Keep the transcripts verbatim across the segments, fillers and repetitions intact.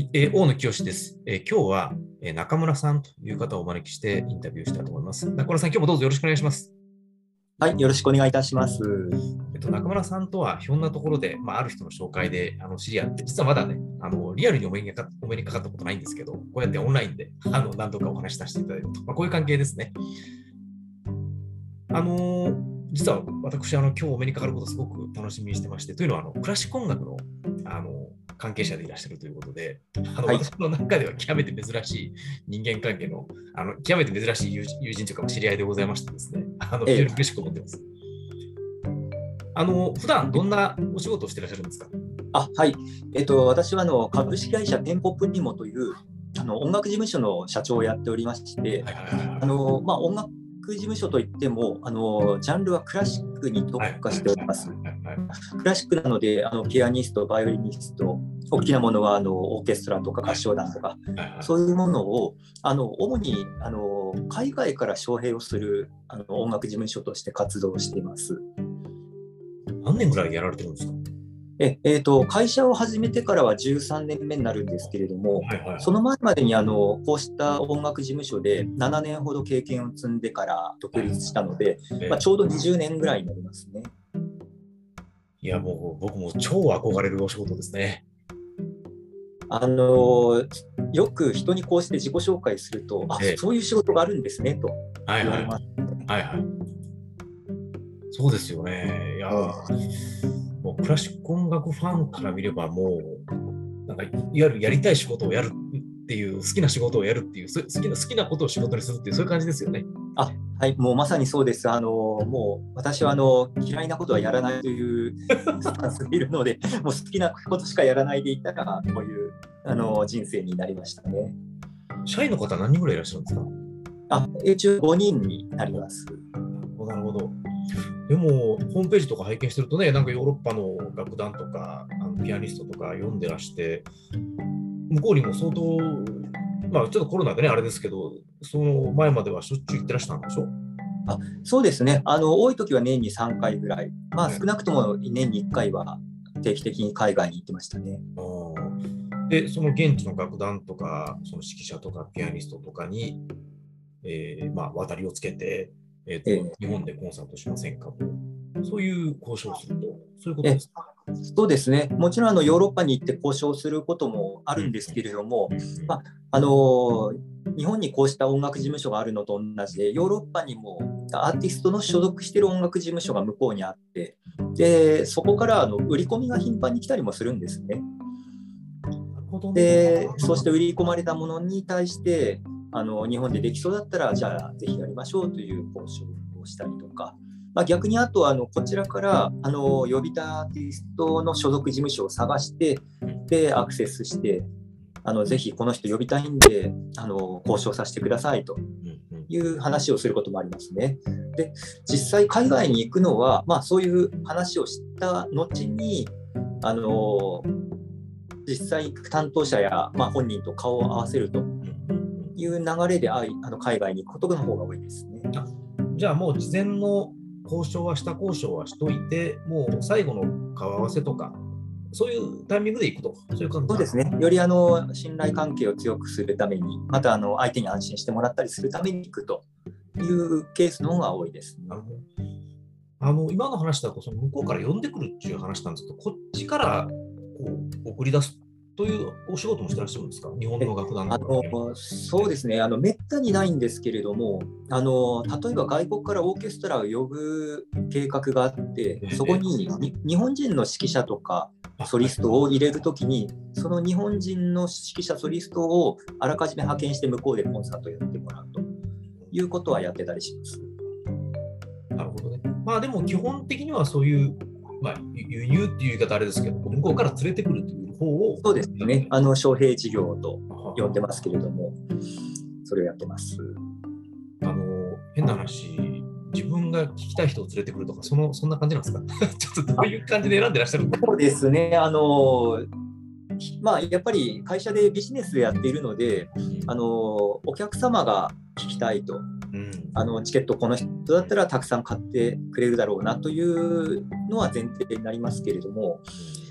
い、えー大野清です、えー今日は、えー中村さんという方をお招きしてインタビューしたいと思います。中村さん、今日もどうぞよろしくお願いします。 はい、よろしくお願いいたします。 えっと、中村さんとはひょんなところで、まあ、ある人の紹介であの知り合って、実はまだね、あのリアルにお目にかかお目にかかったことないんですけど、こうやってオンラインであの何度かお話しさせていただいたと、まあ、こういう関係ですね。あのー実は私、あの今日お目にかかることをすごく楽しみにしてまして、というのはあのクラシック音楽の、あの関係者でいらっしゃるということで、あのはい、 私の中では極めて珍しい人間関係の、あの極めて珍しい友人友人というか知り合いでございましてですね、あの非ええ、 常に嬉しく思っています。あの普段どんなお仕事をしていらっしゃるんですか？ あ、はい、えっと、私はあの株式会社テンポプリモというあの音楽事務所の社長をやっておりまして、 はいはいはいあのまあ、音楽事務所といってもあのジャンルはクラシックにはい特化しております。 はいはいはい。 クラシックなので、あのピアニスト、バイオリニスト、大きなものはあのオーケストラとか合唱団とか、そういうものをあの主にあの海外から招聘をするあの音楽事務所として活動しています。 何年ぐらいやられてるんですか？ ええーと会社を始めてからはじゅうさんねんめになるんですけれども、 はいはいはい。 その前までにあのこうした音楽事務所でななねんほど経験を積んでから独立したので、まあ、ちょうどにじゅうねんぐらいになりますね。 いや、もう僕も超憧れるお仕事ですね。 あのよく人にこうして自己紹介すると、あ、 ええ、 そういう仕事があるんですねとはいはい。 言われます。 はいはい。そうですよね。いやー、もうクラシック音楽ファンから見れば、もう、なんかいわゆるやりたい仕事をやるっていう、好きな仕事をやるっていう、そ好きな好きなことを仕事にするっていう、そういう感じですよね。 あ、はい、もうまさにそうです。あのもう私はあの嫌いなことはやらないというスタンスでいるので、もう好きなことしかやらないでいたら、こういうあの人生になりましたね。 社員の方何人ぐらいいらっしゃるんですか？ あ、一応ごにんになります。 なるほど。でも、ホームページとか拝見してるとね、なんかヨーロッパの楽団とか、あのピアニストとか読んでらして、向こうにも相当、まあちょっとコロナでね、あれですけど、その前まではしょっちゅう行ってらしたんでしょ？ あ、そうですね。あの多い時は年にさんかいぐらい、まあ、 はい。 少なくとも年にいっかいは定期的に海外に行ってましたね。 あーで、その現地の楽団とか、その指揮者とかピアニストとかに、えーまあ、渡りをつけて、えーと、 ええ日本でコンサートしませんかと、そういう交渉をすると、そういうことでえすか？ そうですね。もちろんあのヨーロッパに行って交渉することもあうん、 るんですけれども、 うん、うん。 まあ、あの日本にこうした音楽事務所があるのと同じで、ヨーロッパにもアーティストの所属している音楽事務所が向こうにあって、でそこからあの売り込みが頻繁に来たりもするんですね。 なるほどね。 で、そうして売り込まれたものに対して、あの日本でできそうだったら、じゃあぜひやりましょうという交渉をしたりとか、まあ、逆にあとあのこちらからあの呼びたいアーティストの所属事務所を探して、でアクセスして、あのぜひこの人呼びたいんであの交渉させてくださいとうんうん。 いう話をすることもありますね。で、実際海外に行くのは、まあ、そういう話をした後に、あの実際担当者や、まあ、本人と顔を合わせるという流れでああの海外に行くことの方が多いですね。 あ、じゃあもう事前の交渉は下交渉はしといて、もう最後の顔合わせとか、そういうタイミングで行くと、そういう感じそうですね。よりあの信頼関係を強くするために、またあの相手に安心してもらったりするために行くというケースの方が多いですね。 なるほど。あの今の話だと、その向こうから呼んでくるっていう話なんですけど、こっちからこう送り出すというお仕事もしてらっしゃるんですか？日本の楽団あとか。 のそうですね、あのめったにないんですけれども、あの例えば外国からオーケストラを呼ぶ計画があって、そこにに日本人の指揮者とかソリストを入れるときに、その日本人の指揮者、ソリストをあらかじめ派遣して向こうでコンサートをやってもらうということはやってたりします。 なるほどね。まあでも基本的にはそういう、まあ、輸入っていう言い方あれですけど、向こうから連れてくるという方を。 そうですね、あの招聘事業と呼んでますけれども、それをやってます。 あの変な話、自分が聞きたい人を連れてくるとか、そのそんな感じなんですか？ちょっとどういう感じで選んでらっしゃるんですか？ そうですね、あのまあ、やっぱり会社でビジネスでやっているので、あのお客様が聞きたいと、 うん、 あのチケットこの人だったらたくさん買ってくれるだろうなというのは前提になりますけれども、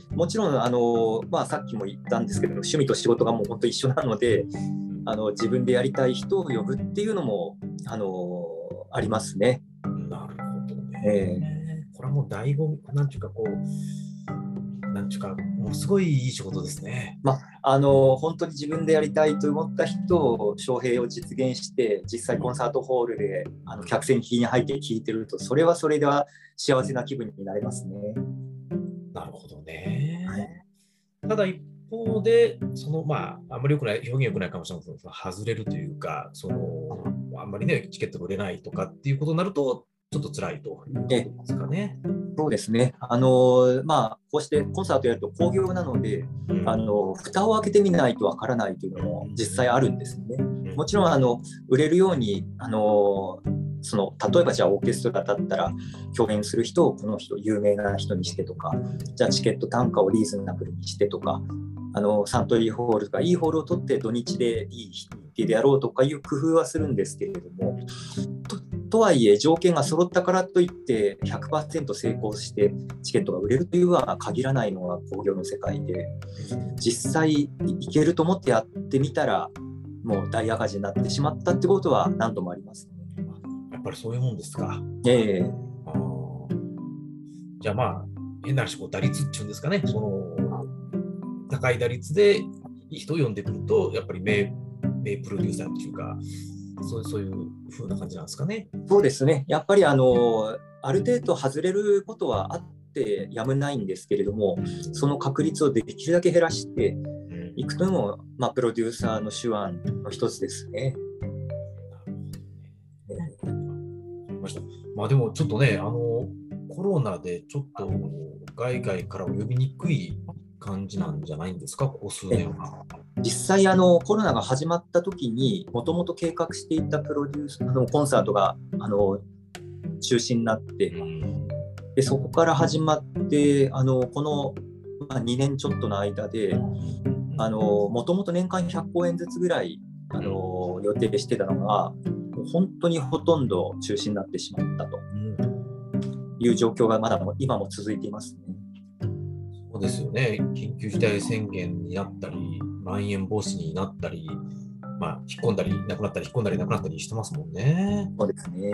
もちろんあの、まあ、さっきも言ったんですけど、趣味と仕事がもう本当一緒なので、あの自分でやりたい人を呼ぶっていうのもあのありますね。 なるほどね。 えー、これはもう醍醐味、なんていうかこう、なんていうか、ものすごいいい仕事ですね。 まあ、あの本当に自分でやりたいと思った人を招聘を実現して、実際コンサートホールであの客席に入って聴いてると、それはそれでは幸せな気分になれますね。 なるほどね。 はい、 ただ一方で、そのまあ、あんまり良くない、表現良くないかもしれないけど、外れるというか、そのあんまりね、チケットが売れないとかっていうことになると、ちょっと辛いということですかね。 そうですね。あのまあ、こうしてコンサートやると興行なので、 うん、 あの蓋を開けてみないとわからないというのも実際あるんですね。 うん、 もちろんあの売れるようにあのその例えばじゃあオーケストラだったら共演する人をこの人有名な人にしてとか、じゃあチケット単価をリーズナブルにしてとか、あのサントリーホールとかいいホールを取って土日でいい日程でやろうとかいう工夫はするんですけれども、と, とはいえ条件が揃ったからといって ひゃくパーセント 成功してチケットが売れるというのは限らないのが興行の世界で、実際いけると思ってやってみたらもう大赤字になってしまったってことは何度もありますね。 やっぱりそういうもんですか。 ええ、 あ、じゃあまあ、変な話、こう打率っていうんですかね、その高い打率で人を呼んでくると、やっぱり名、名プロデューサーっていうか、そうそういう風な感じなんですかね。 そうですね。やっぱりあのある程度外れることはあってやむないんですけれども、その確率をできるだけ減らしていくというのも、まあ、プロデューサーの手腕の一つですね。 まあでもちょっとね、あのコロナでちょっと外外から呼びにくい感じなんじゃないんですか、ここ数年は。 実際あのコロナが始まった時にもともと計画していたプロデュースあのコンサートがあの中止になって、でそこから始まってあのこの、まあ、にねんちょっとの間でもともと年間ひゃっこうえんずつぐらいあの予定してたのが本当にほとんど中止になってしまったという状況がまだ今も続いていますね。 そうですよね。緊急事態宣言になったり、まん延防止になったり、まあ、引っ込んだり、なくなったり、引っ込んだり、なくなったりしてますもんね。 そうですね。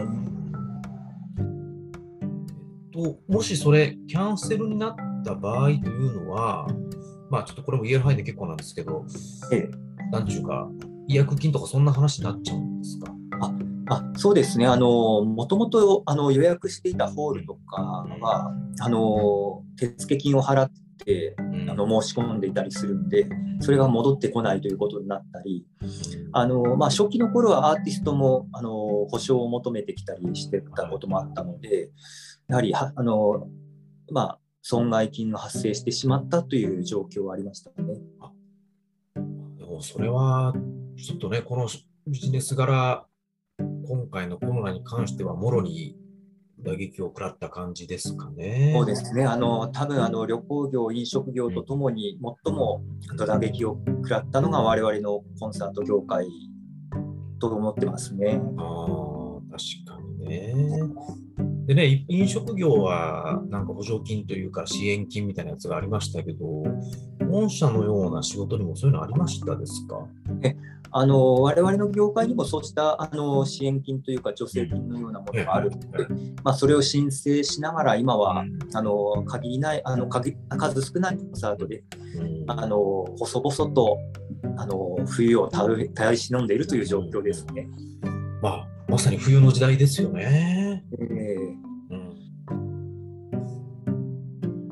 と、もしそれ、キャンセルになった場合というのは、まあ、ちょっとこれも言える範囲で結構なんですけど、 ええ、 なんちゅうか、違約金とかそんな話になっちゃうんですか？ ああそうですね。あのもともとあの予約していたホールとかは、あの手付金を払ってあの申し込んでいたりするんで、それが戻ってこないということになったり、あの、まあ、初期の頃はアーティストもあの保証を求めてきたりしてたこともあったので、やはりはあの、まあ、損害金が発生してしまったという状況はありましたね。 でもそれはちょっとね、このビジネス柄、今回のコロナに関してはもろに打撃を食らった感じですかね。 そうですね。あの多分あの旅行業、飲食業とともに最も打撃を食らったのが我々のコンサート業界と思ってますね。 ああ、確かにね。でね、飲食業はなんか補助金というか支援金みたいなやつがありましたけど、御社のような仕事にもそういうのありましたですか？ えあの我々の業界にもそうしたあの支援金というか助成金のようなものがあるので、まあ、それを申請しながら今はあの限りないあの限数少ないコンサートであの細々とあの冬を耐え忍んでいるという状況ですね。 まあ、まさに冬の時代ですよね。 えーうん、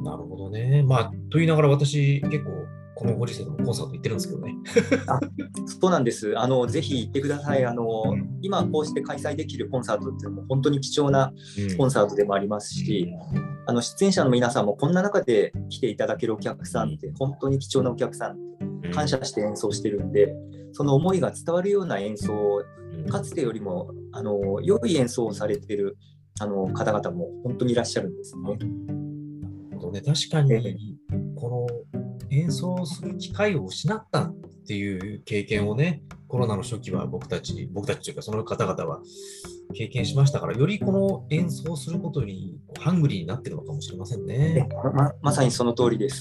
なるほどね。まあ、と言いながら私結構このご時世でもコンサート行ってるんですけどね。 あそうなんです。あのぜひ行ってください。あの今こうして開催できるコンサートっていうのも本当に貴重なコンサートでもありますし、うん、あの出演者の皆さんもこんな中で来ていただけるお客さんって本当に貴重なお客さん、感謝して演奏してるんで、その思いが伝わるような演奏をかつてよりもあの良い演奏をされているあの方々も本当にいらっしゃるんですね。 なるほどね。確かにこの演奏する機会を失ったっていう経験をね、 コロナの初期は僕たち、僕たちというかその方々は経験しましたから、よりこの演奏することにハングリーになってるのかもしれませんね。 ま, まさにその通りです。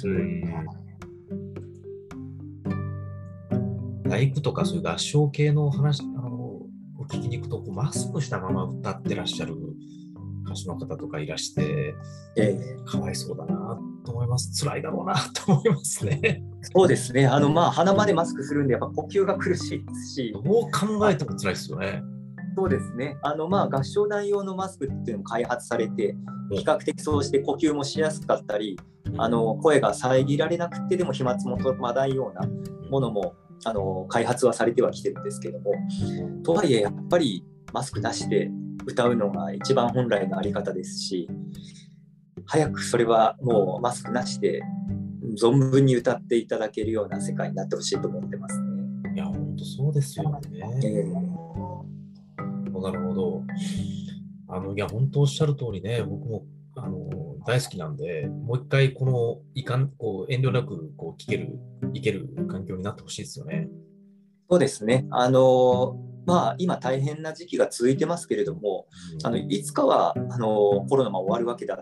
大工とかそういう合唱系の話、あの、お聞きに行くと、こうマスクしたまま歌ってらっしゃる歌手の方とかいらして、ええ、かわいそうだなと思います。辛いだろうなと思いますね。 そうですね。あの、まあ、鼻までマスクするんで、やっぱ呼吸が苦しいですし。 どう考えても辛いですよね。 そうですね。あの、まあ、合唱団用のマスクっていうのも開発されて、比較的そうして呼吸もしやすかったり、あの、声が遮られなくてでも飛沫も飛ばないようなものも、あの、開発はされてはきてるんですけども、とはいえ、やっぱりマスクなしで歌うのが一番本来のあり方ですし、早くそれはもうマスクなしで存分に歌っていただけるような世界になってほしいと思ってますね。 いや、本当そうですよね。えー、なるほど。あの、いや、本当おっしゃる通りね、僕もあの大好きなんで、もう一回このいかんこう遠慮なくこう聞ける、いける環境になってほしいですよね。 そうですね。あのまあ、今大変な時期が続いてますけれども、うん、あのいつかはあのコロナも終わるわけであって、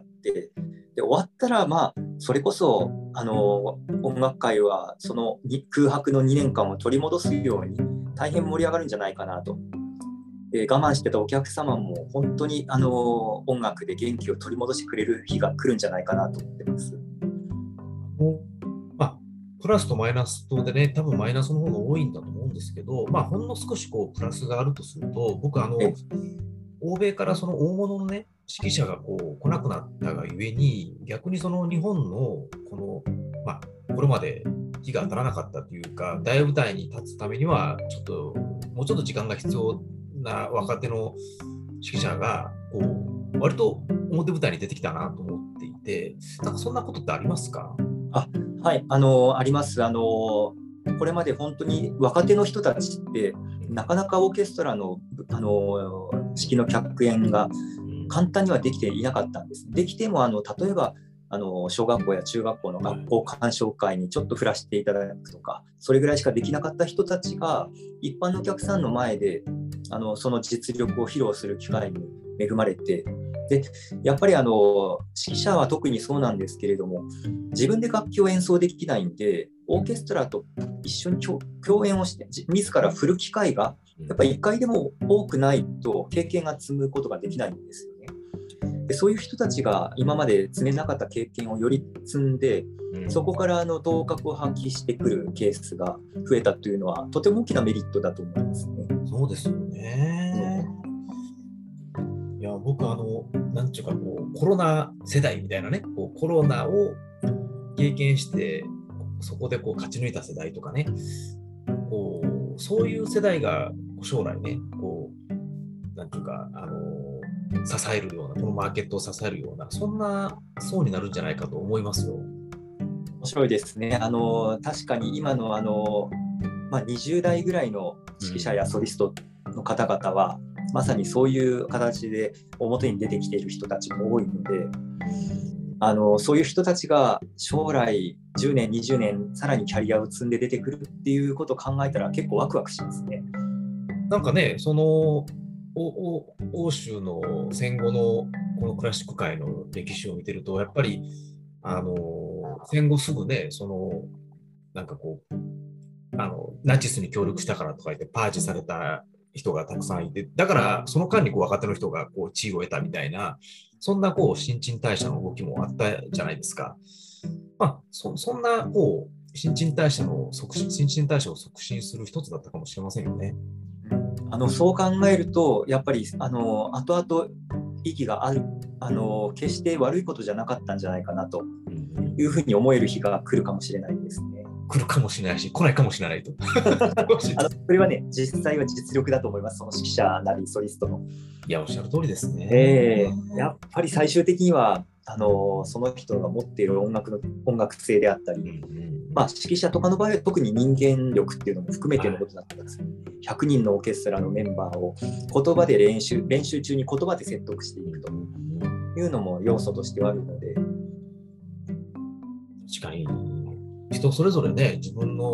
で終わったら、まあ、それこそあの音楽界はその空白のにねんかんを取り戻すように大変盛り上がるんじゃないかなと。で我慢してたお客様も本当にあの音楽で元気を取り戻してくれる日が来るんじゃないかなと思ってます。 まあ、プラスとマイナスとでね、多分マイナスの方が多いんだと思うんですけど、まあ、ほんの少しこうプラスがあるとすると、僕あの欧米からその大物のね指揮者がこう来なくなったがゆえに、逆にその日本のこの、まあ、これまで日が当たらなかったというか、大舞台に立つためにはちょっともうちょっと時間が必要な若手の指揮者がこう割と表舞台に出てきたなと思っていて、なんかそんなことってありますか？ あ、はい、あのあります。あのこれまで本当に若手の人たちってなかなかオーケストラのあの指揮の客演が簡単にはできていなかったんです。できてもあの例えばあの小学校や中学校の学校鑑賞会にちょっと振らせていただくとか、それぐらいしかできなかった人たちが一般のお客さんの前であのその実力を披露する機会に恵まれて、でやっぱりあの指揮者は特にそうなんですけれども、自分で楽器を演奏できないんで、オーケストラと一緒に共演をして自ら振る機会がやっぱりいっかいでも多くないと経験が積むことができないんですよね。でそういう人たちが今まで積めなかった経験をより積んで、そこからあの頭角を発揮してくるケースが増えたというのはとても大きなメリットだと思いますね。 そうですよね。うん、いや僕あのなんていうかこうコロナ世代みたいなね、こうコロナを経験してそこでこう勝ち抜いた世代とかね、こうそういう世代が将来ね、こうなんていうかあの支えるような、このマーケットを支えるような、そんな層になるんじゃないかと思いますよ。 面白いですね。あの確かに今のあの、まあ、にじゅう代ぐらいの指揮者やソリストの方々は、うん、まさにそういう形で表に出てきている人たちも多いので、あのそういう人たちが将来じゅうねんにじゅうねんさらにキャリアを積んで出てくるっていうことを考えたら結構ワクワクしますね。 なんかね、その欧州の戦後のこのクラシック界の歴史を見てると、やっぱりあの戦後すぐね、そのなんかこうあのナチスに協力したからとか言ってパージされた人がたくさんいて、だからその間にこう若手の人がこう地位を得たみたいな、そんなこう新陳代謝の動きもあったじゃないですか。まあ、そ, そんなこう新陳代謝の促進、新陳代謝を促進する一つだったかもしれませんよね。 あのそう考えるとやっぱりあの後々意義がある、あの決して悪いことじゃなかったんじゃないかなというふうに思える日が来るかもしれないですね。 来るかもしれないし、来ないかもしれないと。 あのそれはね、実際は実力だと思います、その指揮者なりソリストの。 いや、おっしゃる通りですね。 えー、やっぱり最終的にはあのその人が持っている音楽の音楽性であったり、うんうんまあ、指揮者とかの場合は特に人間力っていうのも含めてのことだったんです、はい、ひゃくにんのオーケストラのメンバーを言葉で練習練習中に言葉で説得していくというのも要素としてはあるので。 確かに人それぞれね、自分の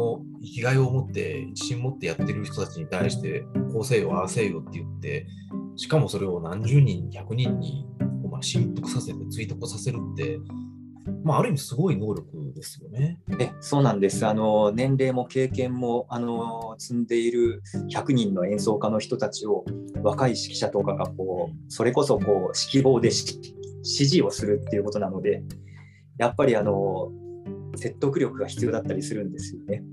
生きがいを持って、自信持ってやってる人たちに対して、こうせよ、ああせよって言って、しかもそれを何十人、ひゃくにんにまあ振幅させて、追得させるって、まあ、ある意味すごい能力ですよね。 えそうなんです。あの年齢も経験もあの積んでいるひゃくにんの演奏家の人たちを若い指揮者とかがこうそれこそこう指揮棒で指示をするっていうことなので、やっぱりあの説得力が必要だったりするんですよね。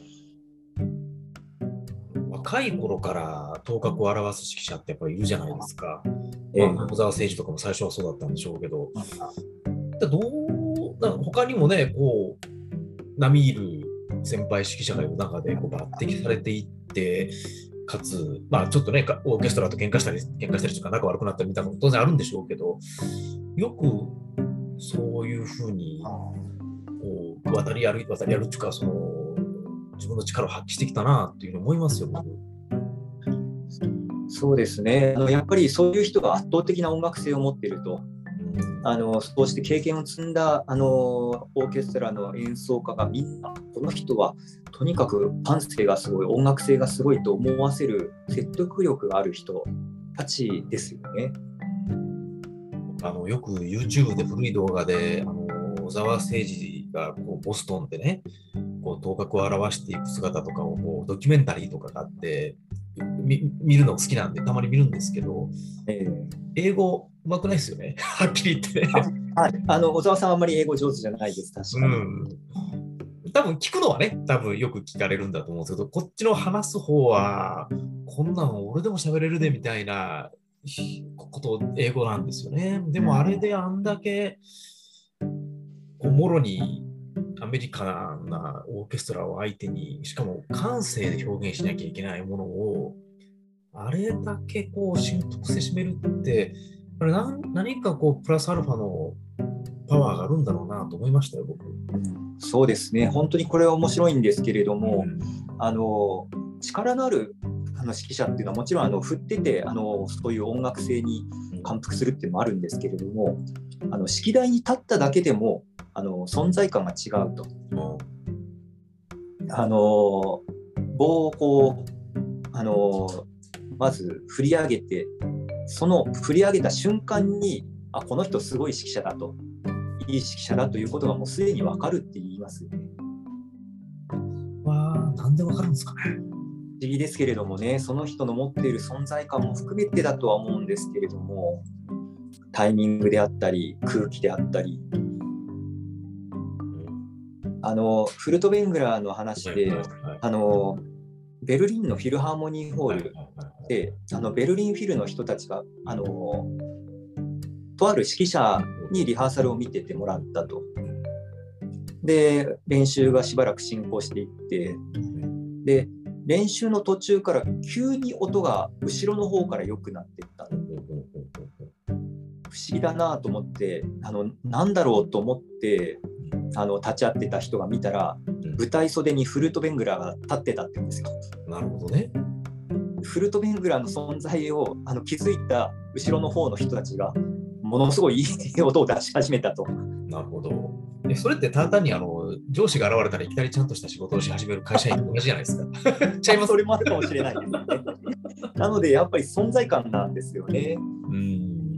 若い頃から頭角を現す指揮者ってやっぱりいるじゃないですか。 えまあ、小沢誠二とかも最初はそうだったんでしょうけど、だどうだ他にもね、こう並みいる先輩指揮者がいる中でこう抜擢されていって、かつ、まあ、ちょっとね、オーケストラと喧嘩したり、喧嘩したりとか仲悪くなったりみたいなことも当然あるんでしょうけど、よくそういうふうにこう渡り歩い渡り歩っていうか、その自分の力を発揮してきたなっていうふうに思いますよ、僕。 そうですね。あのやっぱりそういう人が圧倒的な音楽性を持っていると。あのそうして経験を積んだあのオーケストラの演奏家がみんなこの人はとにかく感性がすごい、音楽性がすごいと思わせる説得力がある人たちですよね。 あのよく YouTube で古い動画であの小沢誠二がこうボストンでね、こう頭角を現していく姿とかをこうドキュメンタリーとかがあって見るの好きなんでたまに見るんですけど、えー、英語うまくないですよねはっきり言ってね。 あ、はい、あの小沢さんはあんまり英語上手じゃないです、確かに。うん、 多分聞くのはね、多分よく聞かれるんだと思うんですけど、こっちの話す方はこんなの俺でも喋れるでみたいなこと英語なんですよね。でもあれであんだけこうもろにアメリカなオーケストラを相手に、しかも感性で表現しなきゃいけないものをあれだけこう習得せしめるって、あれ何何かこうプラスアルファのパワーがあるんだろうなと思いましたよ、僕。うん、 そうですね、本当にこれは面白いんですけれども、うん、あの力のあるあの指揮者っていうのはもちろんあの振っててあのそういう音楽性に感服するっていうのもあるんですけれども、あの指揮台に立っただけでもあの存在感が違うと。うん、あの棒をこうあのまず振り上げて、その振り上げた瞬間にあこの人すごい指揮者だと、いい指揮者だということがもうすでに分かるって言いますよね。 わあ、なんで分かるんですかね。 不思議ですけれどもね、その人の持っている存在感も含めてだとは思うんですけれども、タイミングであったり空気であったり、あのフルトベングラーの話で、はいはいはい、あのベルリンのフィルハーモニーホールで、あのベルリンフィルの人たちがあのとある指揮者にリハーサルを見ててもらったと。で練習がしばらく進行していって、で練習の途中から急に音が後ろの方から良くなっていったの。不思議だなと思って、あの何だろうと思ってあの立ち会ってた人が見たら、舞台袖にフルートベングラーが立ってたって言うんですよ。 なるほどね。 フルートベングラーの存在をあの気づいた後ろの方の人たちがものすごいいい音を出し始めたと。 なるほど。えそれってただ単にあの上司が現れたらいきなりちゃんとした仕事をし始める会社員と同じじゃないですか。 ちゃいます。それもあるかもしれないですね。なのでやっぱり存在感なんですよね。うん、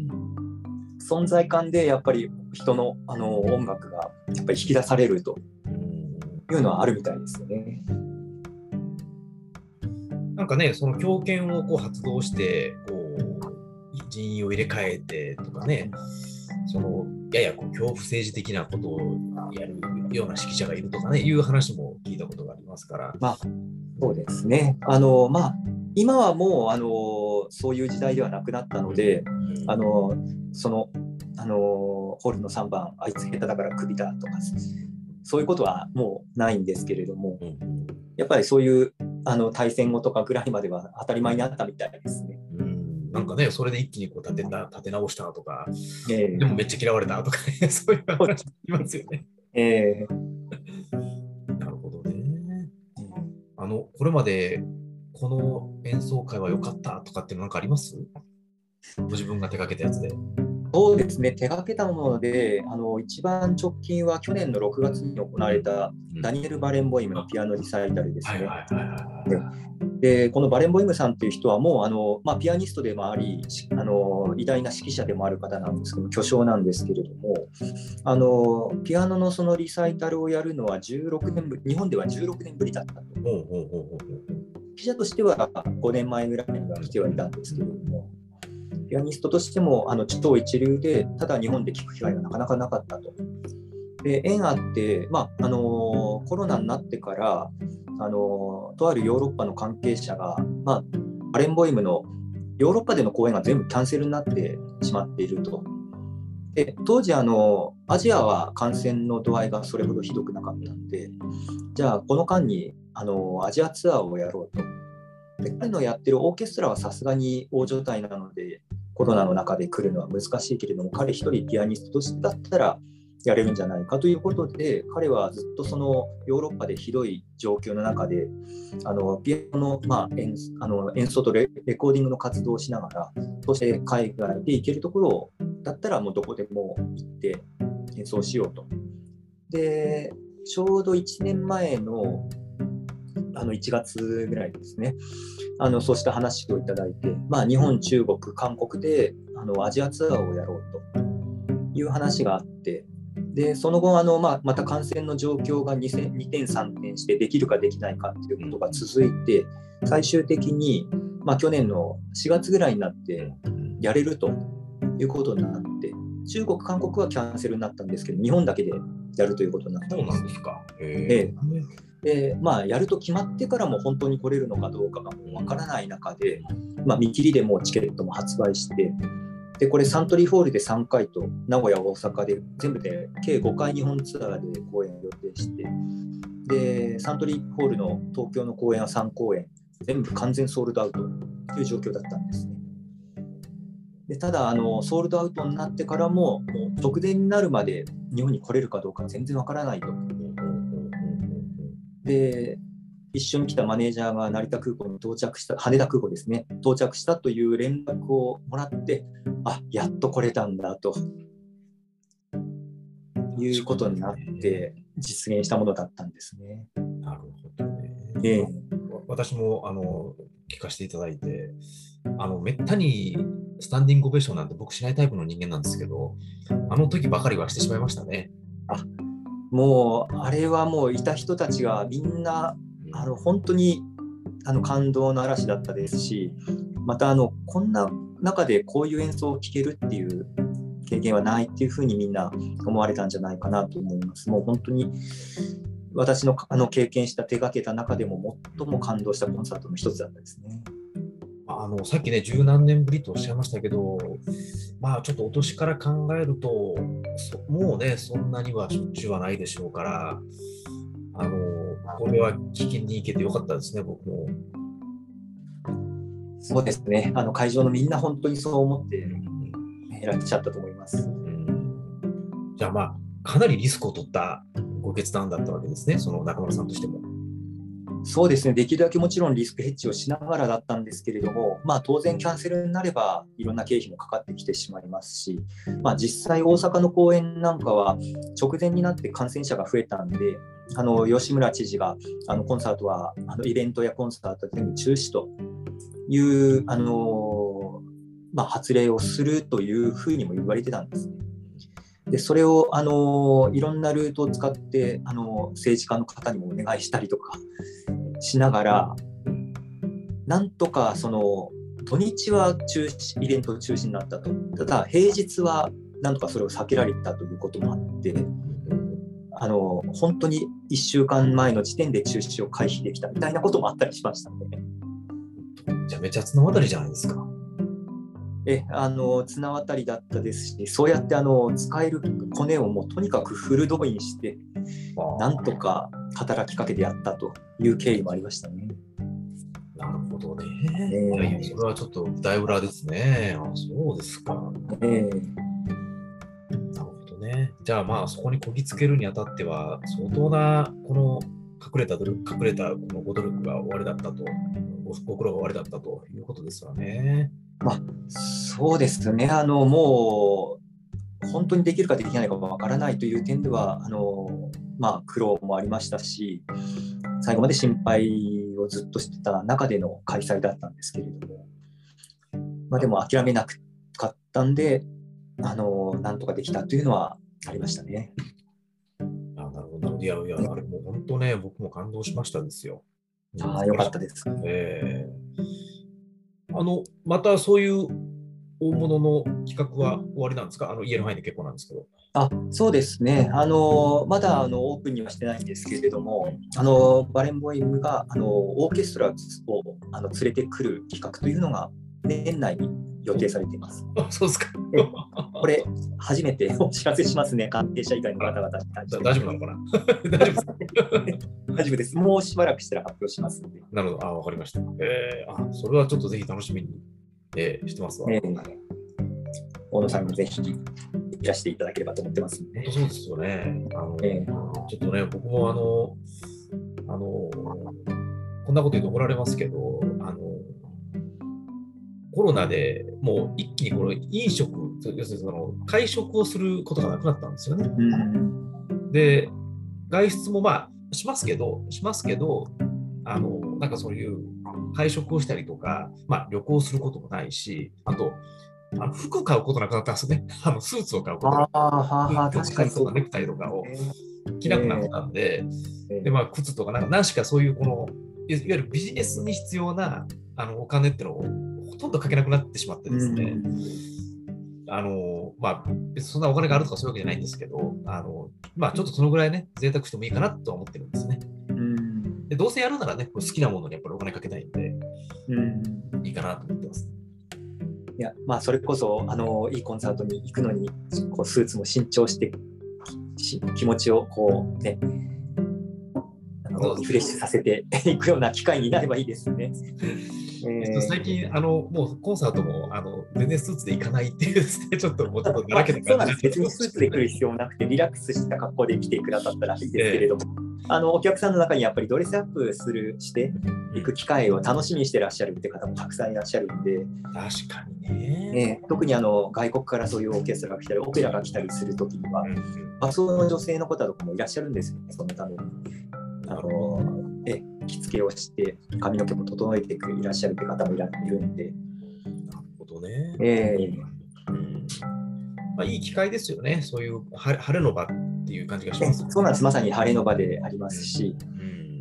存在感でやっぱり人の、あの音楽がやっぱり引き出されるというのはあるみたいですよね。 なんかね、その強権をこう発動してこう人員を入れ替えてとかね、そのややこう恐怖政治的なことをやるような指揮者がいるとかね、いう話も聞いたことがありますから。 まあ、そうですね。あの、まあ、今はもうあのそういう時代ではなくなったので、うん、あのそのあのホールのさんばんあいつ下手だからクビだとかそういうことはもうないんですけれども、うん、やっぱりそういうあの対戦後とかぐらいまでは当たり前にあったみたいですね。 うん、なんかね、それで一気にこう立てた立て直したとか、えー、でもめっちゃ嫌われたとかね、そういう話ありますよね。えー、なるほどね。あのこれまでこの演奏会は良かったとかってなんかあります？ご自分が手掛けたやつで。 そうですね、手がけたもので、あの一番直近は去年のろくがつに行われたダニエル・バレンボイムのピアノリサイタルですね。で、このバレンボイムさんっていう人はもうあの、まあ、ピアニストでもあり、あの偉大な指揮者でもある方なんですけど、巨匠なんですけれども、あのピアノのそのリサイタルをやるのはじゅうろくねんぶり、日本ではじゅうろくねんぶりだったと。指揮者としてはごねんまえぐらいには来てはいたんですけれども、ピアニストとしてもあの超一流で、ただ日本で聴く機会がなかなかなかったと。で、縁あって、まああのコロナになってから、あのとあるヨーロッパの関係者が、まあ、バレンボイムのヨーロッパでの公演が全部キャンセルになってしまっていると。で、当時あのアジアは感染の度合いがそれほどひどくなかったんで、じゃあこの間にあのアジアツアーをやろうと。で、彼のやってるオーケストラはさすがに大所帯なのでコロナの中で来るのは難しいけれども、彼一人ピアニストとしてだったらやれるんじゃないかということで、彼はずっとそのヨーロッパでひどい状況の中であのピアノの、まあ、演あの演奏と レ, レコーディングの活動をしながら、そして海外で行けるところだったらもうどこでも行って演奏しようと。で、ちょうどいちねんまえのあのいちがつぐらいですね、あのそうした話をいただいて、まあ、日本、中国、韓国であのアジアツアーをやろうという話があって、でその後あの、まあ、また感染の状況がに転さん転してできるかできないかということが続いて、最終的に、まあ、去年のしがつぐらいになってやれるということになって、中国、韓国はキャンセルになったんですけど、日本だけでやるということになったんです。 そうなんですか。へー。 で、まあ、やると決まってからも本当に来れるのかどうかがもうわからない中で、まあ、見切りでもうチケットも発売して、でこれサントリーホールでさんかいと名古屋、大阪で全部で計ごかい日本ツアーで公演を予定して、でサントリーホールの東京の公演はさんこうえん全部完全ソールドアウトという状況だったんですね。でただあのソールドアウトになってからも、もう直前になるまで日本に来れるかどうか全然わからないと。で一緒に来たマネージャーが成田空港に到着した、羽田空港ですね、到着したという連絡をもらって、あ、やっと来れたんだということになって実現したものだったんですね。 なるほどね。 ええ、 私もあの聞かせていただいて、あのめったにスタンディングオベーションなんて僕しないタイプの人間なんですけど、あの時ばかりはしてしまいましたね。 あ、もうあれはもういた人たちがみんなあの本当にあの感動の嵐だったですし、またあのこんな中でこういう演奏を聴けるっていう経験はないっていうふうにみんな思われたんじゃないかなと思います。もう本当に私のあの経験した手がけた中でも最も感動したコンサートの一つだったですね。 あのさっきね、十何年ぶりとおっしゃいましたけど、まあちょっとお年から考えると、もうね、そんなにはしょっちゅうはないでしょうから、あのこれは聞きに行けてよかったですね、僕も。 そうですね、あの会場のみんな本当にそう思っていらっしゃったと思います。うん、 じゃあまあ、かなりリスクを取ったご決断だったわけですね、その中村さんとしても。 そうですね、できるだけもちろんリスクヘッジをしながらだったんですけれども、まあ、当然キャンセルになればいろんな経費もかかってきてしまいますし、まあ、実際大阪の公演なんかは直前になって感染者が増えたんで、あの吉村知事があのコンサートはあのイベントやコンサートは全部中止というあの、まあ、発令をするというふうにも言われてたんですね。でそれをあのいろんなルートを使ってあの政治家の方にもお願いしたりとかしながら、なんとかその土日は中止、イベント中止になったと。ただ平日はなんとかそれを避けられたということもあって、あの本当にいっしゅうかんまえの時点で中止を回避できたみたいなこともあったりしましたね。 じゃあめちゃ綱渡りじゃないですか。 えあの綱渡りだったですし、そうやってあの使えるコネをもうとにかくフル動員してなんとか働きかけてやったという経緯もありましたね。 なるほどね。えー、いやそれはちょっと舞台裏ですね。あ、そうですか。えー、なるほどね。じゃあまあそこにこぎつけるにあたっては相当なこの隠れた努力、隠れたこのご努力が終わりだったと、ご苦労が終わりだったということですよね。 まあ、そうですね、あのもう本当にできるかできないかわからないという点では、あのまあ、苦労もありましたし、最後まで心配をずっとしてた中での開催だったんですけれども、まあ、でも諦めなかったんで、あのなんとかできたというのはありましたね。 あ、なるほど。いやいや、あれもう本当ね、僕も感動しましたですよ。 ああ、よかったです。 えー、あの、またそういう大物の企画は終わりなんですか？あの言える範囲で結構なんですけど。 あ、そうですね。あのまだあのオープンにはしてないんですけれども、あのバレンボイムがあのオーケストラをあの連れてくる企画というのが年内に予定されています。 あ、そうですか。 これ、初めてお知らせしますね、関係者以外の方々に対して。 大丈夫なのかな大丈夫ですか大丈夫です。もうしばらくしたら発表しますので。 なるほど。あ、わかりました。えー、あ、それはちょっとぜひ楽しみに、えー、してますわ。 えー、大野さんもぜひいらしていただければと思ってますので。 本当そうですよね。あの、 えー、 ちょっとね、僕もあの、あの、こんなこと言うと怒られますけど、あの、コロナでもう一気にこの飲食、要するにその会食をすることがなくなったんですよね。 うん、 で、外出もまあしますけど、しますけど、あの、なんかそういう会食をしたりとか、まあ旅行することもないし、あと、あの服買うことなくなったんですね。あのスーツを買うことが。 ああ、はは、 T 確かにそうシャツとかネクタイとかをね。 着なくなったんで、 えー、 で、まあ靴とか、なんか何しかそういうこの、いわゆるビジネスに必要なあのお金っていうのをほとんどかけなくなってしまってですね、あの、まあ、別にそんなお金があるとかそういうわけじゃないんですけど、あの、まあ、ちょっとそのぐらいね、贅沢してもいいかなとは思ってるんですね。 うん、 で、どうせやるならね、好きなものにやっぱりお金かけたいんで、 うん、 いいかなと思ってます。 いや、まあ、それこそ、あの、いいコンサートに行くのに、こうスーツも新調して、気持ちをこうね、あのリフレッシュさせていくような機会になればいいですね。 えー、最近、あの、もうコンサートも、あの、全然スーツで行かないっていうですね、ちょっともうちょっとだらけたそうなんです。 感じ別にスーツで来る必要なくて、リラックスした格好で来てくださったらいいですけれども、えー、あのお客さんの中にやっぱりドレスアップするしていく機会を楽しみにしてらっしゃるって方もたくさんいらっしゃるんで、 確かにね。 えー、特にあの外国からそういうオーケストラが来たり、オペラが来たりするときには、和装の女性の方とかもいらっしゃるんですよね、そのために。あのえ着付けをして髪の毛も整えていらっしゃるって方もいらいるんで。 なるほどね。 えーうんまあ、いい機会ですよね、そういう晴れの場っていう感じがします、ね。 そうなんです、まさに晴れの場でありますし。 うん、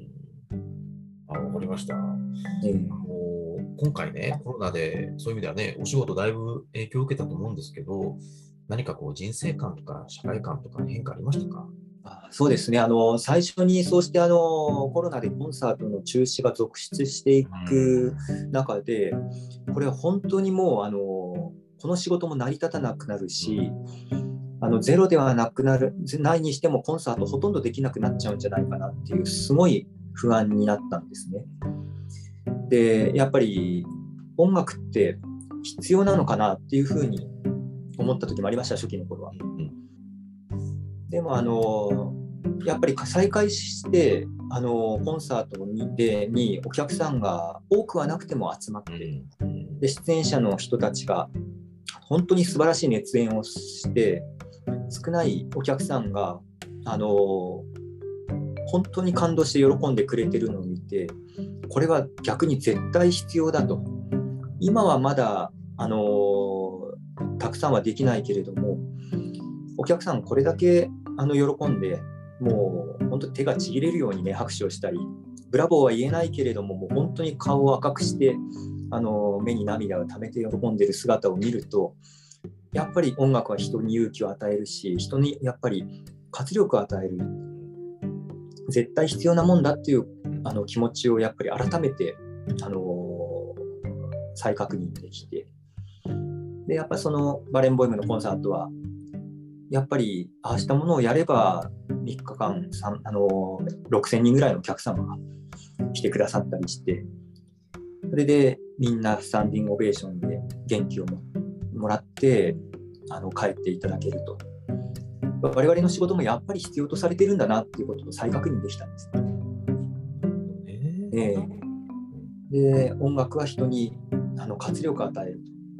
あ、わかりました。 えー、 もう今回ね、コロナでそういう意味ではね、お仕事だいぶ影響を受けたと思うんですけど、何かこう人生観とか社会観とか変化ありましたか？ そうですね、あの最初にそうしてあのコロナでコンサートの中止が続出していく中で、これは本当にもうあのこの仕事も成り立たなくなるし、あのゼロではなくなるないにしてもコンサートほとんどできなくなっちゃうんじゃないかなっていうすごい不安になったんですね。でやっぱり音楽って必要なのかなっていうふうに思った時もありました、初期の頃は。でもあのやっぱり再開してあのコンサートにでにお客さんが多くはなくても集まって、で出演者の人たちが本当に素晴らしい熱演をして、少ないお客さんがあの本当に感動して喜んでくれてるのを見て、これは逆に絶対必要だと。今はまだあのたくさんはできないけれども、お客さんこれだけあの喜んで、もう本当に手がちぎれるようにね拍手をしたり、ブラボーは言えないけれども、もう本当に顔を赤くしてあの目に涙をためて喜んでいる姿を見ると、やっぱり音楽は人に勇気を与えるし、人にやっぱり活力を与える、絶対必要なもんだっていうあの気持ちをやっぱり改めてあの再確認できて、でやっぱりそのバレンボイムのコンサートはやっぱりああしたものをやればみっかかんあのろくせんにんぐらいのお客様が来てくださったりして、それでみんなスタンディングオベーションで元気を も, もらってあの帰っていただけると、我々の仕事もやっぱり必要とされているんだなっていうことを再確認できたんですね。えー、で音楽は人にあの活力を与えると。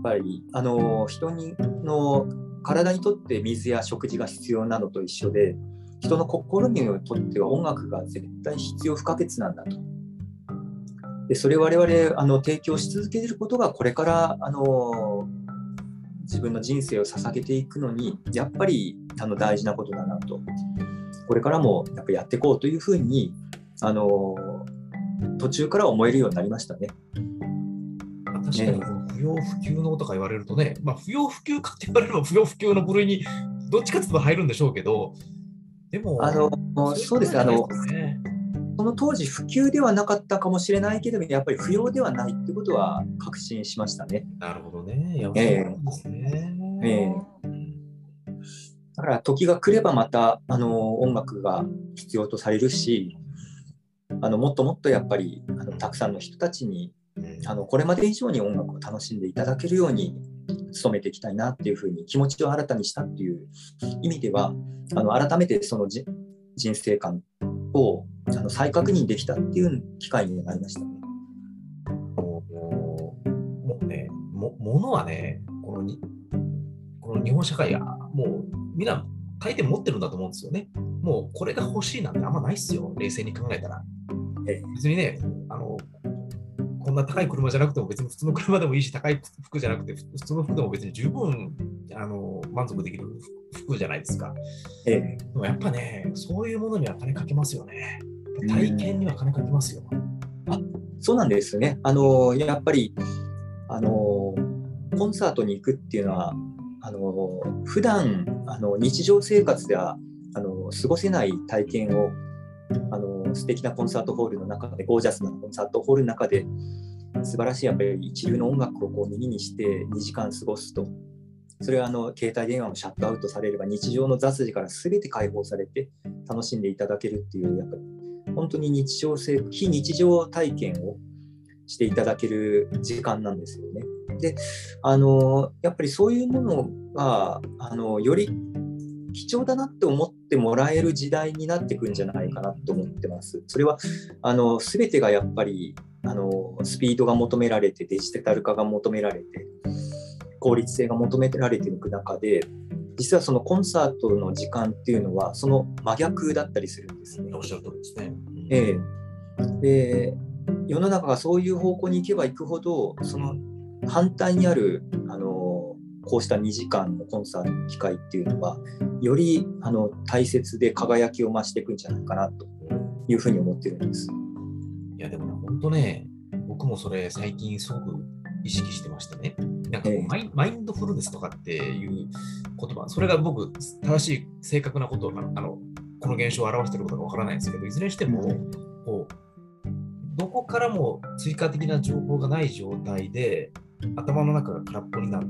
ぱりあの人にの体にとって水や食事が必要なのと一緒で、人の心にとっては音楽が絶対必要不可欠なんだと。でそれを我々あの提供し続けることがこれからあの自分の人生を捧げていくのにやっぱりあの大事なことだなと、これからもやっぱやっていこうというふうにあの途中から思えるようになりましたね。 確かに不要不急のとか言われるとね、まあ、不要不急かって言われれば不要不急の部類にどっちかっていうと入るんでしょうけど、でもあのそうですね、あのね、 その当時普及ではなかったかもしれないけどやっぱり不要ではないってことは確信しましたね。 なるほどね。いや、 えそうですね。 ええだから時が来ればまたあの音楽が必要とされるし、あのもっともっとやっぱりあのたくさんの人たちにあのこれまで以上に音楽を楽しんでいただけるように努めていきたいなっていうふうに気持ちを新たにしたっていう意味では、あの改めてそのじ人生観をあの再確認できたっていう機会になりましたね。 もうもうね、も物はね、このにこの日本社会がもうみんな大抵持ってるんだと思うんですよね。もうこれが欲しいなんてあんまないっすよ、冷静に考えたら。 ええ、 別にね、あのこんな高い車じゃなくても別に普通の車でもいいし、高い服じゃなくて普通の服でも別に十分あの満足できる服じゃないですか。 ええ、 でもやっぱね、そういうものには金かけますよね。体験には金かけますよ。 あ、そうなんですね。あのやっぱりあのコンサートに行くっていうのはあの普段あの日常生活ではあの過ごせない体験をあの素敵なコンサートホールの中で、ゴージャスなコンサートホールの中で素晴らしいやっぱり一流の音楽をこう耳にしてにじかん過ごすと、それはあの携帯電話もシャットアウトされれば日常の雑事から全て解放されて楽しんでいただけるっていう、やっぱり本当に日常性非日常体験をしていただける時間なんですよね。で、あのやっぱりそういうものがあのより貴重だなって思ってもらえる時代になってくるんじゃないかなと思ってます。それはあの全てがやっぱりあのスピードが求められて、デジタル化が求められて、効率性が求められていく中で、実はそのコンサートの時間っていうのはその真逆だったりするんですね。 おっしゃる通りですね。 ええ、で世の中がそういう方向に行けば行くほど、その反対にあるあのこうしたにじかんのコンサートの機会っていうのはよりあの大切で輝きを増していくんじゃないかなというふうに思ってるんです。 いやでもね、本当ね、僕もそれ最近すごく意識してましてね、なんかこう、えー、マイ、マインドフルネスとかっていう言葉、それが僕、正しい正確なことをあのこの現象を表していることがわからないんですけど、いずれにしても、こうどこからも追加的な情報がない状態で、頭の中が空っぽになって、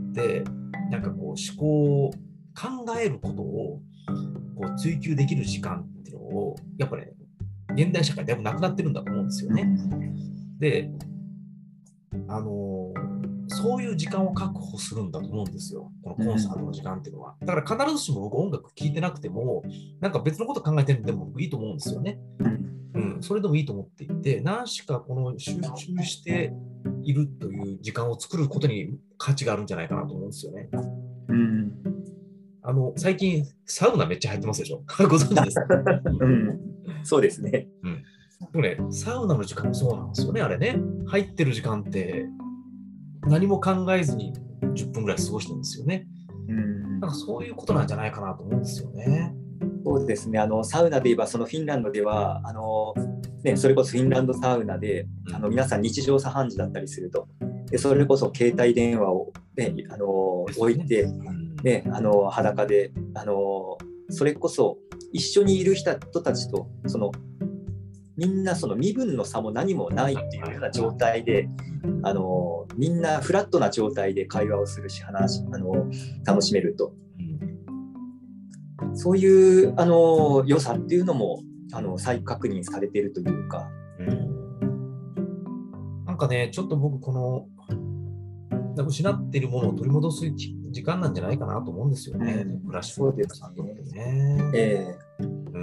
なんかこう思考を考えることをこう追求できる時間っていうのを、やっぱり、ね、現代社会だいぶなくなってるんだと思うんですよね。で、あのそういう時間を確保するんだと思うんですよ、このコンサートの時間っていうのは。だから必ずしも僕音楽聴いてなくても、なんか別のこと考えてるんでも僕いいと思うんですよね。うん、それでもいいと思っていて、何しかこの集中しているという時間を作ることに価値があるんじゃないかなと思うんですよね。 うん、 あの最近、サウナめっちゃ入ってますでしょ。ご存知ですか？ うん、そうですね。 うん。でもね、サウナの時間もそうなんですよね、あれね。入ってる時間って何も考えずにじゅっぷんぐらい過ごしてるんですよね。うん、なんかそういうことなんじゃないかなと思うんですよね。 そうですね、あのサウナで言えば、そのフィンランドではあの、ね、それこそフィンランドサウナで、あの皆さん日常茶飯事だったりすると、でそれこそ携帯電話を、ね、あの置いて、ね、あの裸であの、それこそ一緒にいる人たちとそのみんなその身分の差も何もないっていうような状態で、あのみんなフラットな状態で会話をするし、話あの楽しめると。そういうあの良さっていうのもあの再確認されているというか、うん、 なんかね、ちょっと僕この失っているものを取り戻す時間なんじゃないかなと思うんですよね、うん、クラシックさんとってね。えーうん、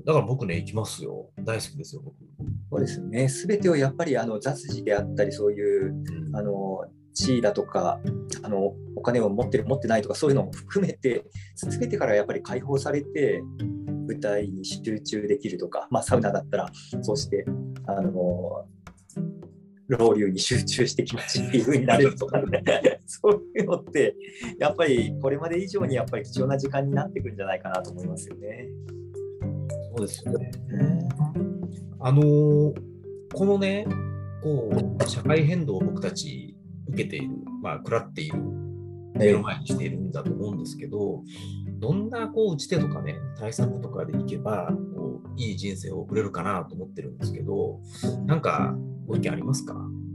だから僕ね、行きますよ。大好きですよ、僕。 そうですね。すべてをやっぱりあの雑事であったり、そういう、うん、あの地位だとかあのお金を持ってる持ってないとかそういうのも含めて全てからやっぱり解放されて舞台に集中できるとか、まあ、サウナだったらそうしてあの老流に集中して気持ちいい風になれるとか、ね、そういうのってやっぱりこれまで以上にやっぱり貴重な時間になってくるんじゃないかなと思いますよね。 そうですよね。あのー、このねこう社会変動を僕たち受けている、まあ、食らっている目の前にしているんだと思うんですけど、どんなこう打ち手とかね対策とかでいけばこういい人生を送れるかなと思ってるんですけど、なんかご意見ありますか？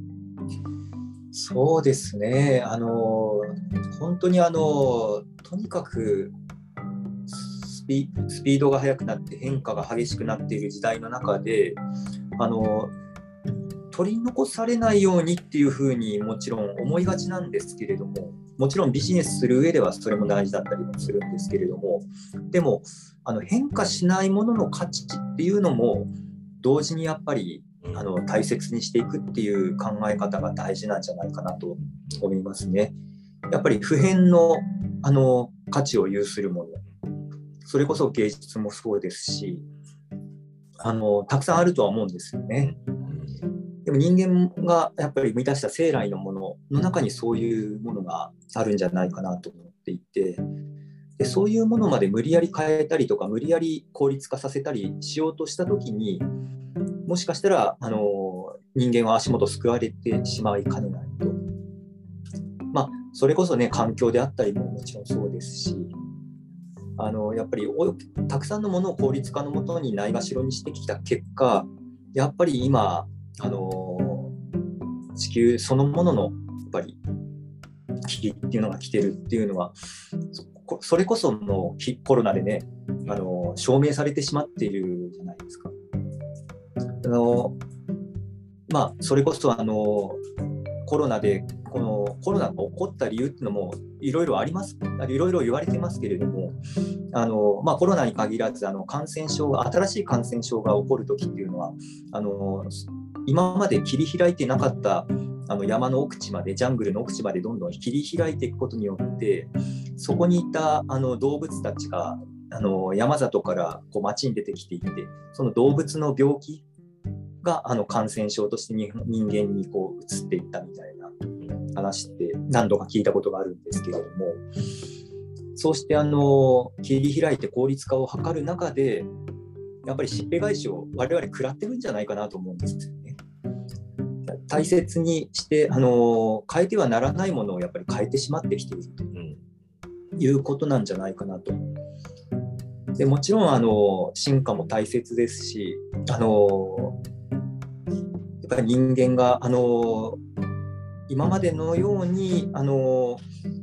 そうですね、あの本当にあのとにかくスピ、スピードが速くなって変化が激しくなっている時代の中であの取り残されないようにっていうふうにもちろん思いがちなんですけれども、もちろんビジネスする上ではそれも大事だったりもするんですけれども、でもあの変化しないものの価値っていうのも同時にやっぱりあの大切にしていくっていう考え方が大事なんじゃないかなと思いますね。やっぱり普遍の、あの価値を有するもの、それこそ芸術もそうですし、あのたくさんあるとは思うんですよね。でも人間がやっぱり生み出した生来のものの中にそういうものがあるんじゃないかなと思っていて、でそういうものまで無理やり変えたりとか無理やり効率化させたりしようとしたときに、もしかしたらあの人間は足元すくわれてしまいかねないと、まあ、それこそね環境であったりももちろんそうですし、あのやっぱりたくさんのものを効率化のもとにないがしろにしてきた結果、やっぱり今あの地球そのもののやっぱり危機っていうのが来てるっていうのは、それこそのコロナでねあの証明されてしまっているじゃないですか。あのまあ、それこそあのコロナでこのコロナが起こった理由っていうのもいろいろあります、いろいろ言われてますけれども、あの、まあ、コロナに限らずあの感染症が新しい感染症が起こるときっていうのはあの今まで切り開いてなかったあの山の奥地までジャングルの奥地までどんどん切り開いていくことによって、そこにいたあの動物たちがあの山里からこう町に出てきていて、その動物の病気があの感染症として人間にこう移っていったみたいな話って何度か聞いたことがあるんですけれども、そうしてあの切り開いて効率化を図る中でやっぱりしっぺ返しを我々食らってるんじゃないかなと思うんですよね。大切にしてあの変えてはならないものをやっぱり変えてしまってきているということなんじゃないかなと。でもちろんあの進化も大切ですし、あのやっぱり人間があの今までのようにあの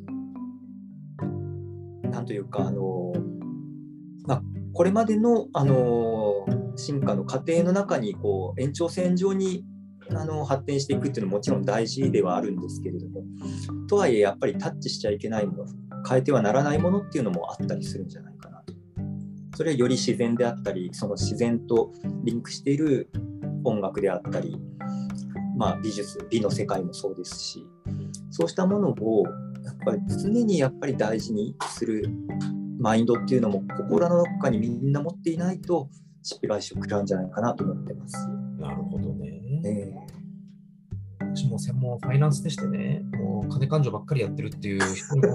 なんというかあの、まあ、これまでのあの進化の過程の中にこう延長線上にあの発展していくっていうのはもちろん大事ではあるんですけれども、とはいえやっぱりタッチしちゃいけないもの、変えてはならないものっていうのもあったりするんじゃないかなと。それはより自然であったり、その自然とリンクしている音楽であったり、まあ、美術、美の世界もそうですし、そうしたものをやっぱり常にやっぱり大事にするマインドっていうのも心の中にみんな持っていないとしっぺ返しを食らうんじゃないかなと思ってます。 なるほどね。 えー、私も専門はファイナンスでしてね、もう金勘定ばっかりやってるっていう人に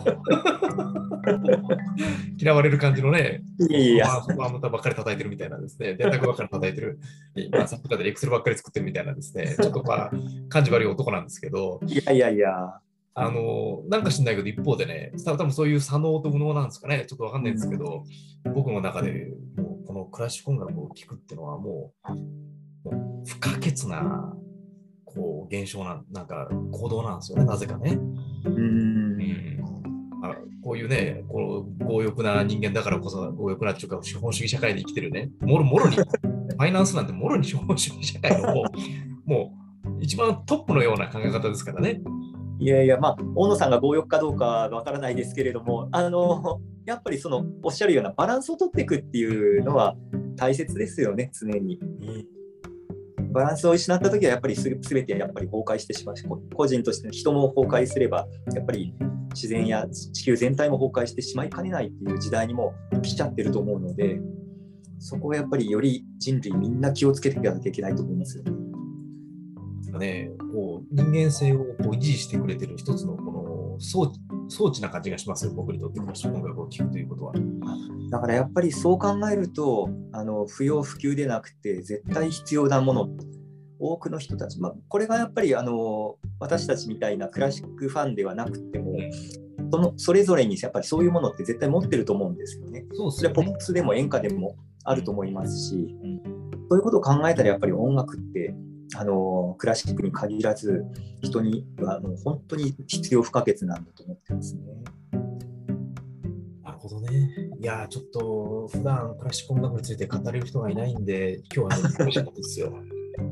嫌われる感じのね、 いやいや、 ファームばっかり叩いてるみたいなですね、電卓ばっかり叩いてる、まあ、サップカーでエクセルばっかり作ってるみたいなですね、ちょっとまあ、感じ悪い男なんですけど、 いやいやいや、 あの、なんか知んないけど、一方でね、多分そういう左脳と右脳なんですかね、ちょっとわかんないんですけど、うん、僕の中でもうこのクラシック音楽を聴くっていうのはもう、もう不可欠なこう現象な、なんか行動なんですよね、なぜかね。 うーん、 うんあこういうね、こう強欲な人間だからこそ、強欲なっていうか、資本主義社会で生きてるね、もろもろに、ファイナンスなんてもろに資本主義社会のもう、もう一番トップのような考え方ですからね。 いやいや、まあ、大野さんが強欲かどうかわからないですけれども、あのやっぱりそのおっしゃるようなバランスを取っていくっていうのは大切ですよね、常に。 バランスを失ったときはやっぱりすべてやっぱり崩壊してしまうし、個人として人も崩壊すればやっぱり自然や地球全体も崩壊してしまいかねないっていう時代にも来ちゃってると思うので、そこはやっぱりより人類みんな気をつけていかなきゃいけないと思いますよね。こう人間性をこう維持してくれてる一つのこの装置、装置な感じがしますよ、僕にとってクラシック音楽を聴くということは。 だからやっぱりそう考えると、あの不要不急でなくて絶対必要なもの、多くの人たち、まあ、これがやっぱりあの私たちみたいなクラシックファンではなくても、そのそれぞれにやっぱりそういうものって絶対持ってると思うんですよね。 そうですね。 それはポップスでも演歌でもあると思いますし、うん、そういうことを考えたらやっぱり音楽ってあのクラシックに限らず人にはもう本当に必要不可欠なんだと思ってますね。 なるほどね。いやちょっと普段クラシック音楽について語れる人がいないんで今日はね楽しかったですよ。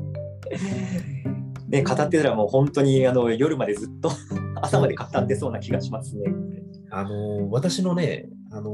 ね、語ってたらもう本当にあの夜までずっと朝まで語ってそうな気がしますね。 あの私のね、あの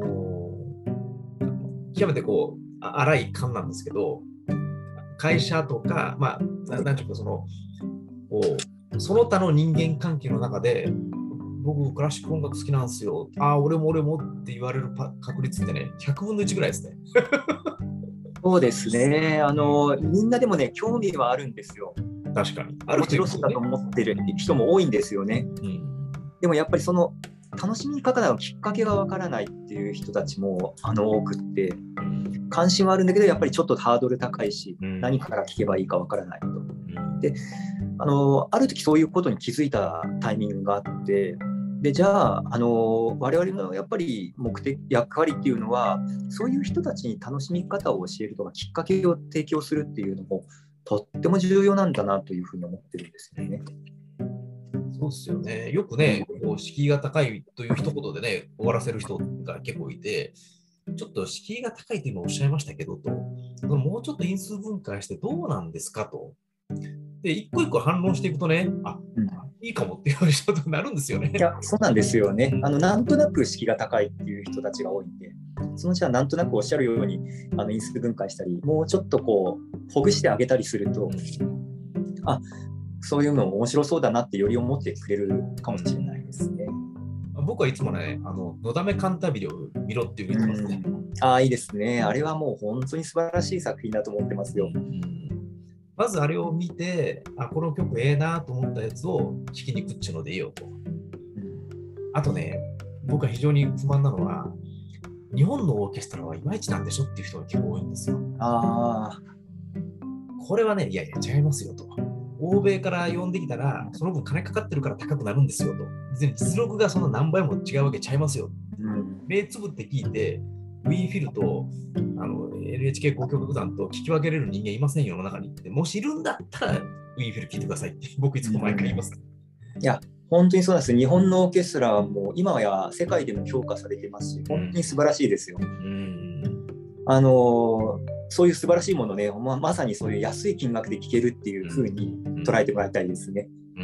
極めてこう荒い勘なんですけど、会社とか、まあ、なんていうかそのこうその他の人間関係の中で僕クラシック音楽好きなんですよ、ああ俺も俺もって言われる確率ってねひゃくぶんのいちぐらいですね。 そうですね。あのみんなでもね興味はあるんですよ。 確かに。 ある面白さだと思ってる人も多いんですよね。うん、でもやっぱりその楽しみ方のきっかけがわからないっていう人たちもあの多くって、関心はあるんだけどやっぱりちょっとハードル高いし、うん、何から聞けばいいかわからないと。うん、であのある時そういうことに気づいたタイミングがあって、でじゃあ、あの我々のやっぱり目的役割っていうのはそういう人たちに楽しみ方を教えるとかきっかけを提供するっていうのもとっても重要なんだなというふうに思ってるんですよね。 そうですよね。よくね、こう敷居が高いという一言でね、終わらせる人が結構いて、ちょっと敷居が高いというのをおっしゃいましたけどと、もうちょっと因数分解してどうなんですかと。で、一個一個反論していくとね、あ、うん、いいかもっていう人になるんですよね。 いや、そうなんですよね。あのなんとなく敷居が高いっていう人たちが多いんで、そのうちはなんとなくおっしゃるようにあの因数分解したり、もうちょっとこうほぐしてあげたりすると、あ、そういうの面白そうだなってより思ってくれるかもしれないですね。 僕はいつもね、あののだめカンタビリを見ろっていうふうに言ってますね。 ああ、いいですね。あれはもう本当に素晴らしい作品だと思ってますよ。うん、 まずあれを見て、あ、この曲ええなと思ったやつを聴きに行くっちゅうのでいいよと。うん、あとね、僕は非常に不満なのは、日本のオーケストラはいまいちなんでしょっていう人が結構多いんですよ。 ああ。 これはね、いやいや違いますよと。欧米から呼んできたら、その分金かかってるから高くなるんですよと。実力がその何倍も違うわけちゃいますよ。うん、目つぶって聞いて、ウィーンフィルとあの エヌエイチケー 交響楽団と聞き分けれる人間いませんよ、世の中にって。もしいるんだったら、ウィーンフィル聞いてくださいって僕いつも毎回言います。 うん、いや、本当にそうなんです。日本のオーケストラはもう今は世界でも評価されてますし、本当に素晴らしいですよ。うん、あのそういう素晴らしいものね、ま, まさにそういう安い金額で聴けるっていう風に捉えてもらいたいですね。うん、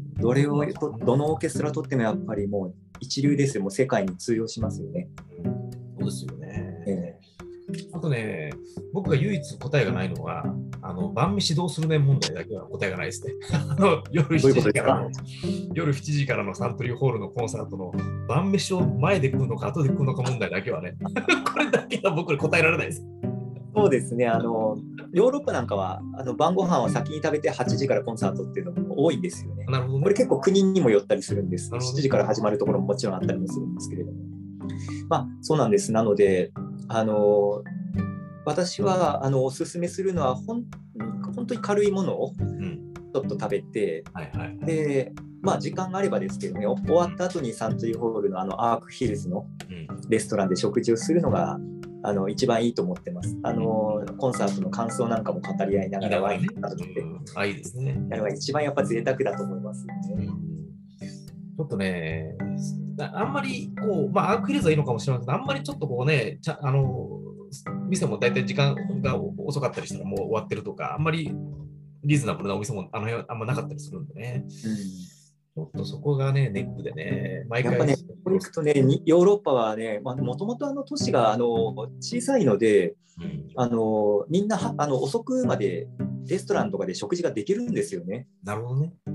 どれをどのオーケストラとってもやっぱりもう一流ですよ。もう世界に通用しますよね。 そうですよね。えー、あとね、僕が唯一答えがないのは、あの晩飯どうするね問題だけは答えがないですね。あの夜しちじからの夜しちじからのサントリーホールのコンサートの晩飯を前で食うのか後で食うのか問題だけはね、これだけは僕に答えられないです。 そうですね。あのヨーロッパなんかはあの晩ご飯を先に食べてはちじからコンサートっていうのも多いんですよね。 なるほどね。 これ結構国にもよったりするんです。しちじから始まるところももちろんあったりもするんですけれども。まあそうなんです。なので、あの私はあのおすすめするのはほん本当に軽いものをちょっと食べて、うんはいはいはい、でまあ時間があればですけどね、終わった後にサントリーホールのあのアークヒルズのレストランで食事をするのがあの一番いいと思ってます。あのコンサートの感想なんかも語り合いながらワインを食べて、 あ、いいですね。 あれは一番やっぱ贅沢だと思いますよね。うん、 ちょっとね、あんまりこう、まあ、アークヒルズはいいのかもしれないけど、あんまりちょっとこうね、ちゃあの店も大体時間が遅かったりしたらもう終わってるとか、あんまりリーズナブルなお店もあの辺はあんまなかったりするんでね。 ちょっとそこがね、ネックでね、毎回。 やっぱね、ここに行くとね、ヨーロッパはね、もともと都市があの小さいので、うん、あのみんなはあの遅くまでレストランとかで食事ができるんですよね。 なるほどね。 うん、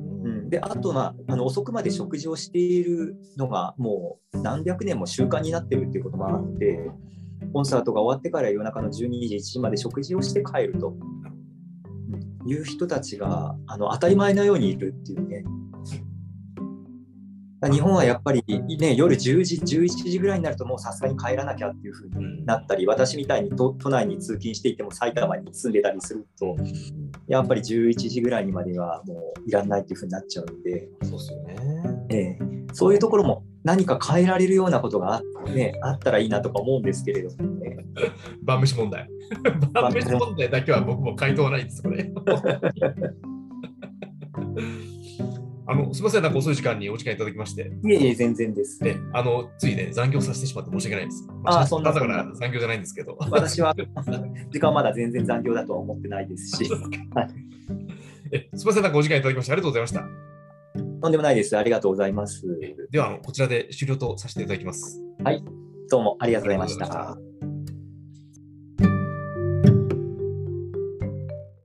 で、あと、まあ、あの遅くまで食事をしているのが、もう何百年も習慣になってるっていうこともあって、コンサートが終わってから夜中のじゅうにじ、いちじまで食事をして帰ると、うん、いう人たちがあの当たり前のようにいるっていうね。日本はやっぱり、ね、夜じゅうじ、じゅういちじぐらいになるともうさすがに帰らなきゃっていう風になったり、私みたいに 都, 都内に通勤していても埼玉に住んでたりすると、やっぱりじゅういちじぐらいにまではもういらないっていう風になっちゃうので、 そうですよね、 ええ、そういうところも何か変えられるようなことが あ,、ね、あったらいいなとか思うんですけれどもね。 晩飯問題。晩飯問題だけは僕も回答はないです、これ。あのすみません、なんか遅い時間にお時間いただきまして。 いえいえ、全然です。 ね、あのついね、残業させてしまって申し訳ないです。 ああ、そんなだから残業じゃないんですけど。 私は時間まだ全然残業だとは思ってないですし。はい、 えすみません、なんかお時間いただきましてありがとうございました。 とんでもないです。ありがとうございます。 では、あのこちらで終了とさせていただきます。 はい、どうもありがとうございました。